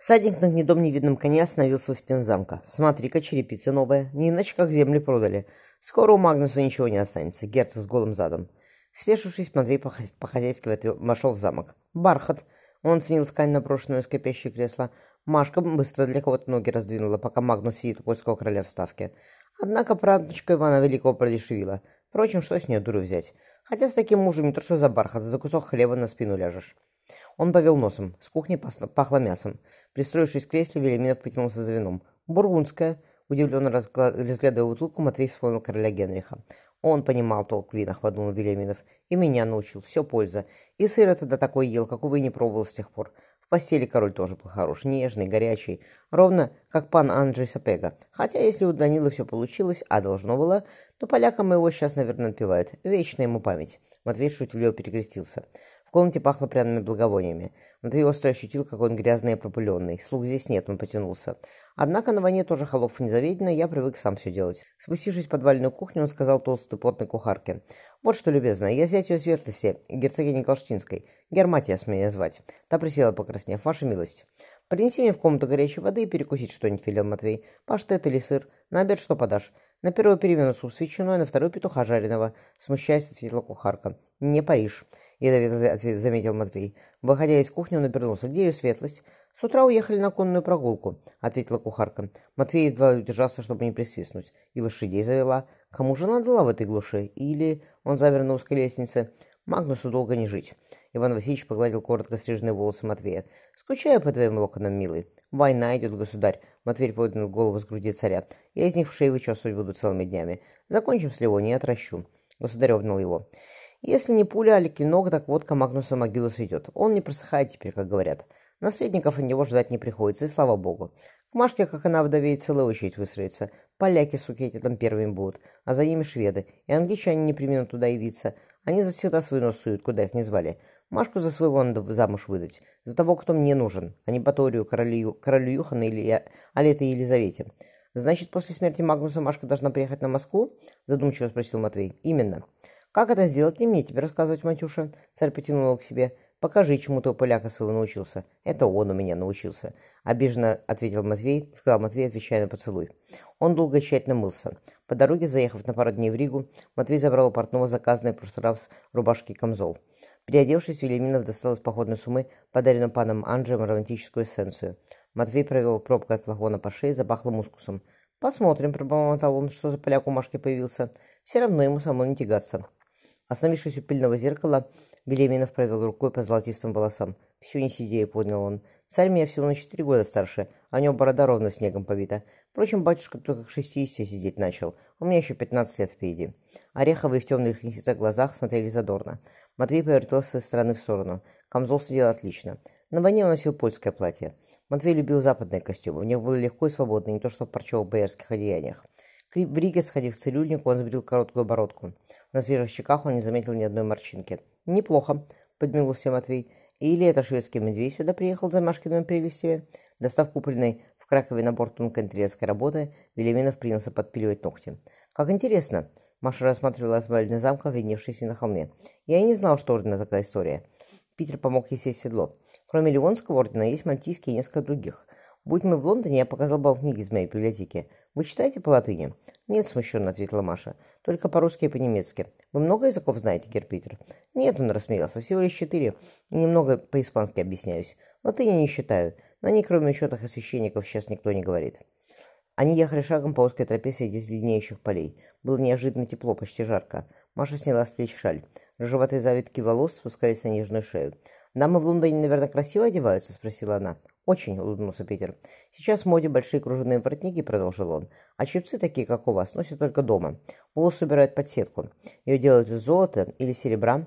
Всадник на гнедом невидном коне остановился у стен замка. «Смотри-ка, черепица новая, не иначе как земли продали. Скоро у Магнуса ничего не останется, герцог с голым задом». Спешившись, Матвей по-хозяйски вошел в замок. «Бархат!» Он оценил ткань, наброшенную скрипящее кресло. Машка быстро для кого-то ноги раздвинула, пока Магнус сидит у польского короля в ставке. Однако правнучка Ивана Великого продешевила. Впрочем, что с нее дуру взять? Хотя с таким мужем не то что за бархат, за кусок хлеба на спину ляжешь. Он повел носом. С кухни пахло мясом. Пристроившись в кресле, Велиминов потянулся за вином. «Бургундская!» Удивленно разглядывая бутылку, Матвей вспомнил короля Генриха. Он понимал толк в винах, подумал Велиминов. И меня научил. Все польза. И сыра тогда такой ел, какого и не пробовал с тех пор. В постели король тоже был хорош. Нежный, горячий. Ровно как пан Анджей Сапега. Хотя, если у Данилы все получилось, а должно было, то полякам его сейчас, наверное, отпевают. Вечная ему память. Матвей шутливо перекрестился. В комнате пахло пряными благовониями. Матвей остро ощутил, какой он грязный и пропыленный. Слуг здесь нет, он потянулся. Однако на войне тоже холопов не заведено, я привык сам все делать. Спустившись в подвальную кухню, он сказал толстой потной кухарке. «Вот что, любезная, я зять ее светлости, герцогини Галштинской. Герматия смею звать». Та присела, покраснев. «Ваша милость». «Принеси мне в комнату горячей воды и перекусить что-нибудь», — велел Матвей. «Паштет или сыр? На обед что подашь?» «На первую перемену суп с ветчиной, на вторую петуха жареного», — смущаясь, ответила кухарка. «Не Париж», — ядовито заметил Матвей. Выходя из кухни, он обернулся. «Где ее светлость?» «С утра уехали на конную прогулку», — ответила кухарка. Матвей едва удержался, чтобы не присвистнуть. «И лошадей завела. Кому же она дала в этой глуши? Или...» Он замер на узкой лестнице. «Магнусу долго не жить». Иван Васильевич погладил коротко стриженные волосы Матвея. «Скучаю по твоим локонам, милый». «Война идет, государь», — Матвей поднял голову с груди царя. «Я из них в шею вычесывать буду целыми днями. Закончим с Ливонией, отращу». Государь обнял его. «Если не пуля, а клинок, так водка Магнуса могилу сведет. Он не просыхает теперь, как говорят. Наследников от него ждать не приходится, и слава богу. К Машке, как она вдовеет, целая очередь выстроится. Поляки, суки, эти там первыми будут, а за ними шведы. И англичане не преминут туда явиться. Они завсегда свой нос суют, куда их не звали. Машку за своего надо замуж выдать. За того, кто мне нужен, а не Баторию, королю Юхану или Алете Елизавете. Значит, после смерти Магнуса Машка должна приехать на Москву? Задумчиво спросил Матвей. Именно. Как это сделать, не мне тебе рассказывать, Матюша. Царь потянул его к себе. «Покажи, чему ты у поляка своего научился». «Это он у меня научился», — обиженно ответил Матвей, сказал Матвей, отвечая на поцелуй. Он долго и тщательно мылся. По дороге, заехав на пару дней в Ригу, Матвей забрал у портного заказанный в прошлый раз рубашки и камзол. Переодевшись, Велиминов достал из походной суммы подаренную паном Анджеем романтическую эссенцию. Матвей провел пробкой от флакона по шее, запахло мускусом. «Посмотрим», — пробормотал он, что за поляк у Машки появился. «Все равно ему самому не тягаться». Остановившись у пыльного зеркала, Велиминов провел рукой по золотистым волосам. «Все не сидею», — поднял он. «Царь меня всего на 4 года старше, а у него борода ровно снегом побита. Впрочем, батюшка только к 60 сидеть начал. У меня еще 15 лет впереди». Ореховые в темных лисицах глазах смотрели задорно. Матвей повертелся из стороны в сторону. Камзол сидел отлично. На войне он носил польское платье. Матвей любил западные костюмы. В них было легко и свободно, не то что в парчевых боярских одеяниях. В Риге, сходив в цирюльник, он сбрил короткую бородку. На свежих щеках он не заметил ни одной морщинки. «Неплохо», — подмигнулся Матвей. «Или это шведский медведь сюда приехал за Машкиными прелестями?» Достав купленный в Кракове набор тонкой интерьерской работы, Велиминов принялся подпиливать ногти. «Как интересно!» — Маша рассматривала развалины замка, видневшиеся на холме. «Я и не знал, что ордена такая история». Питер помог ей сесть в седло. «Кроме Ливонского ордена есть мальтийские и несколько других. Будь мы в Лондоне, я показал бы вам книги из моей библиотеки. Вы читаете по латыни?» «Нет», — смущенно ответила Маша. «Только по-русски и по-немецки. Вы много языков знаете, герр Питер?» «Нет», — он рассмеялся, — «всего лишь 4. И немного по-испански объясняюсь. Латыни не считаю. На ней, кроме ученых и священников, сейчас никто не говорит». Они ехали шагом по узкой тропе среди зеленеющих полей. Было неожиданно тепло, почти жарко. Маша сняла с плеч шаль. Рыжеватые завитки волос спускались на нежную шею. «Дамы в Лондоне, наверное, красиво одеваются?» — спросила она. «Очень», — улыбнулся Питер. «Сейчас в моде большие кружевные воротники», — продолжил он. «А чепцы, такие как у вас, носят только дома. Волосы убирают под сетку. Ее делают из золота или серебра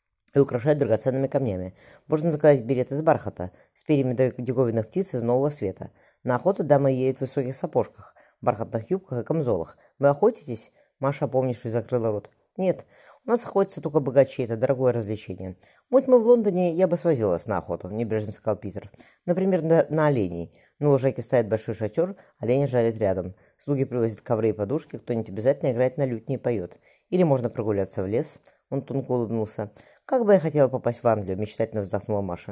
и украшают драгоценными камнями. Можно заказать билет из бархата с перьями диковинных птиц из нового света. На охоту дама едет в высоких сапожках, бархатных юбках и камзолах. Вы охотитесь?» Маша, опомнившись, закрыла рот. «Нет, у нас охотятся только богачи, это дорогое развлечение. Будь мы в Лондоне, я бы свозил вас на охоту», — небрежно сказал Питер. «Например, на оленей. На лужайке стоит большой шатер, олени жарят рядом. Слуги привозят ковры и подушки, кто-нибудь обязательно играет на лютне и поет. Или можно прогуляться в лес». Он тонко улыбнулся. «Как бы я хотела попасть в Англию», — мечтательно вздохнула Маша.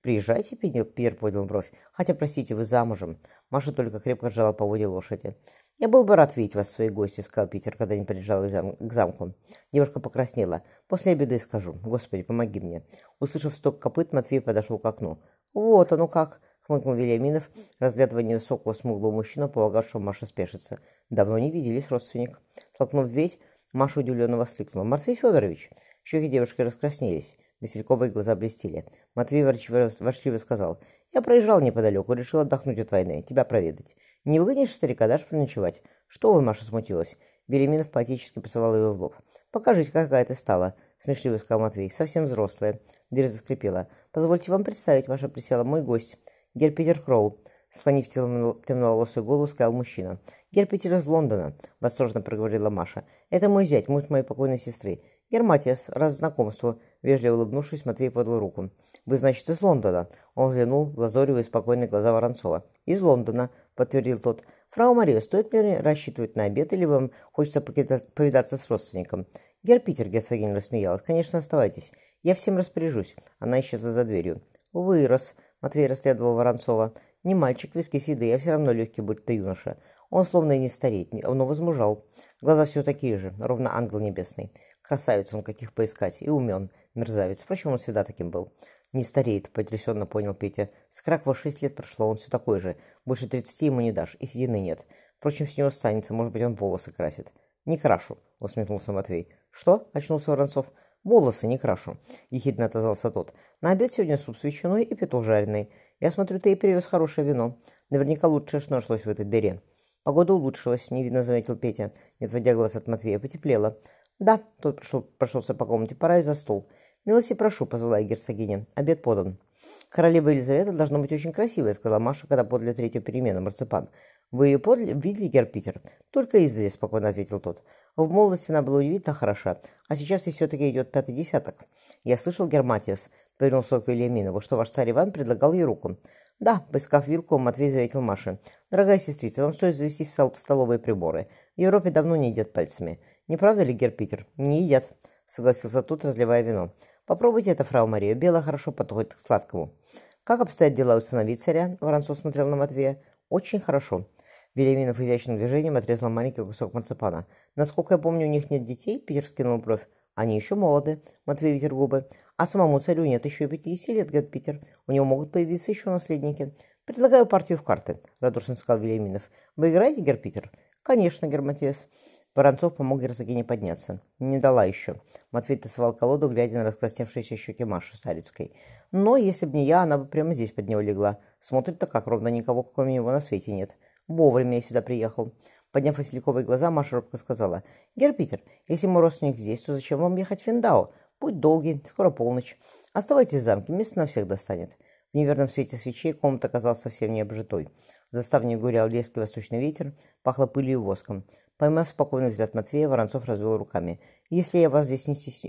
«Приезжайте», Питер поднял бровь. «Хотя, простите, вы замужем». Маша только крепко сжала поводья лошади. «Я был бы рад видеть вас в своей гости», — сказал Питер, когда они приезжали к замку. Девушка покраснела. «После обеда и скажу. Господи, помоги мне». Услышав стук копыт, Матвей подошел к окну. «Вот оно как!» — хмыкнул Вильяминов, разглядывая невысокого смуглого мужчину, полагавшего Маша спешится. «Давно не виделись, родственник». Толкнув дверь, Маша удивленно воскликнула. «Матвей Федорович!» Щеки девушки раскраснелись. Васильковые глаза блестели. Матвей ворчливо сказал: «Я проезжал неподалеку, решил отдохнуть от войны, тебя проведать. Не выгонишь старика, дашь приночевать?» «Что вы?» — Маша смутилась. Велиминов поотечески поцеловал ее в лоб. «Покажите, какая ты стала», — смешливо сказал Матвей. «Совсем взрослая». Дверь заскрипела. «Позвольте вам представить, Маша присела, мой гость, герр Питер Кроу», — склонив темноволосую голову, сказал мужчина. «Герр Питер из Лондона», — восторженно проговорила Маша. «Это мой зять, муж моей покойной сестры. Герр Матиас, раз знакомству», — вежливо улыбнувшись, Матвей подал руку. «Вы, значит, из Лондона?» Он взглянул в лазоревые спокойные глаза Воронцова. «Из Лондона», — подтвердил тот. «Фрау Мария, стоит ли рассчитывать на обед, или вам хочется повидаться с родственником?» «Герр Питер», — герцогиня рассмеялась, — «конечно, оставайтесь. Я всем распоряжусь». Она исчезла за дверью. «Вырос», — Матвей расследовал Воронцова. «Не мальчик, виски седые, а все равно легкий, будь-то юноша. Он словно и не стареет, но возмужал. Глаза все такие же, ровно ангел небесный. Красавец он, каких поискать, и умен, мерзавец. Впрочем, он всегда таким был». «Не стареет», — потрясенно понял Петя. «С Кракова 6 лет прошло, он все такой же. Больше 30 ему не дашь, и седины нет. Впрочем, с него останется, может быть, он волосы красит». «Не крашу», — усмехнулся Матвей. «Что?» — очнулся Воронцов. «Волосы не крашу», — ехидно отозвался тот. «На обед сегодня суп с ветчиной и петух жареный. Я смотрю, ты и привез хорошее вино. Наверняка лучшее, что нашлось в этой дыре». «Погода улучшилась», — невидно заметил Петя, не отводя глаз от Матвея. «Потеплело». «Да», — тот прошелся по комнате, — «пора и за стол». «Милости прошу», — позвала герцогиня. «Обед подан». «Королева Елизавета должна быть очень красивая», — сказала Маша, когда подали третью перемену, марципан. «Вы ее видели, герр Питер?» «Только издали», — спокойно ответил тот. «В молодости она была удивительно хороша, а сейчас ей все-таки идет 5-й десяток». «Я слышал, герр Матиас», — повернулся к Вильяминову, — «что ваш царь Иван предлагал ей руку». «Да», — поискав вилку, Матвей заветил Маше. «Дорогая сестрица, вам стоит завести столовые приборы. В Европе давно не едят пальцами. Не правда ли, герр Питер?» «Не едят», — согласился тот, разливая вино. «Попробуйте это, фрау Мария. Белое хорошо подходит к сладкому». «Как обстоят дела у сыновей царя?» — Воронцов смотрел на Матвея. «Очень хорошо». Вильяминов изящным движением отрезал маленький кусок марципана. «Насколько я помню, у них нет детей?» — Питер вскинул бровь. «Они еще молоды», — Матвей вытер губы. «А самому царю нет еще и 50 лет, говорит Питер. У него могут появиться еще наследники». «Предлагаю партию в карты», — радушно сказал Вильяминов. «Вы играете, герр Питер?» «Конечно, герр Матиас». Воронцов помог герцогине подняться. «Не дала еще». Матвей тасовал колоду, глядя на раскрасневшиеся щеки Маши Сарицкой. «Но если б не я, она бы прямо здесь под него легла. Смотрит-то как, ровно никого, кроме него, на свете нет. Вовремя я сюда приехал». Подняв васильковые глаза, Маша робко сказала: «Герр Питер, если мой родственник здесь, то зачем вам ехать в Виндау? Путь долгий, скоро полночь. Оставайтесь в замке, место на всех достанет». В неверном свете свечей комната оказалась совсем необжитой. За ставней гулял резкий восточный ветер, пахло пылью и воском. Поймав спокойный взгляд Матвея, Воронцов развел руками. «Если я вас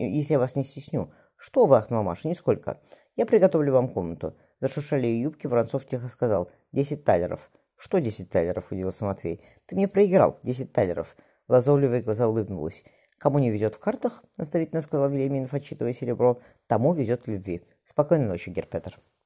не стесню...» «Что вы?» — ахнула Маша. «Нисколько. Я приготовлю вам комнату». Зашуршали ее юбки, Воронцов тихо сказал: 10 талеров. «Что 10 талеров?» — удивился Матвей. «Ты мне проиграл 10 талеров». Лазоревые глаза улыбнулась. «Кому не везет в картах, — наставительно сказал Вильяминов, отсчитывая серебро, — тому везет в любви. Спокойной ночи, герр Петер».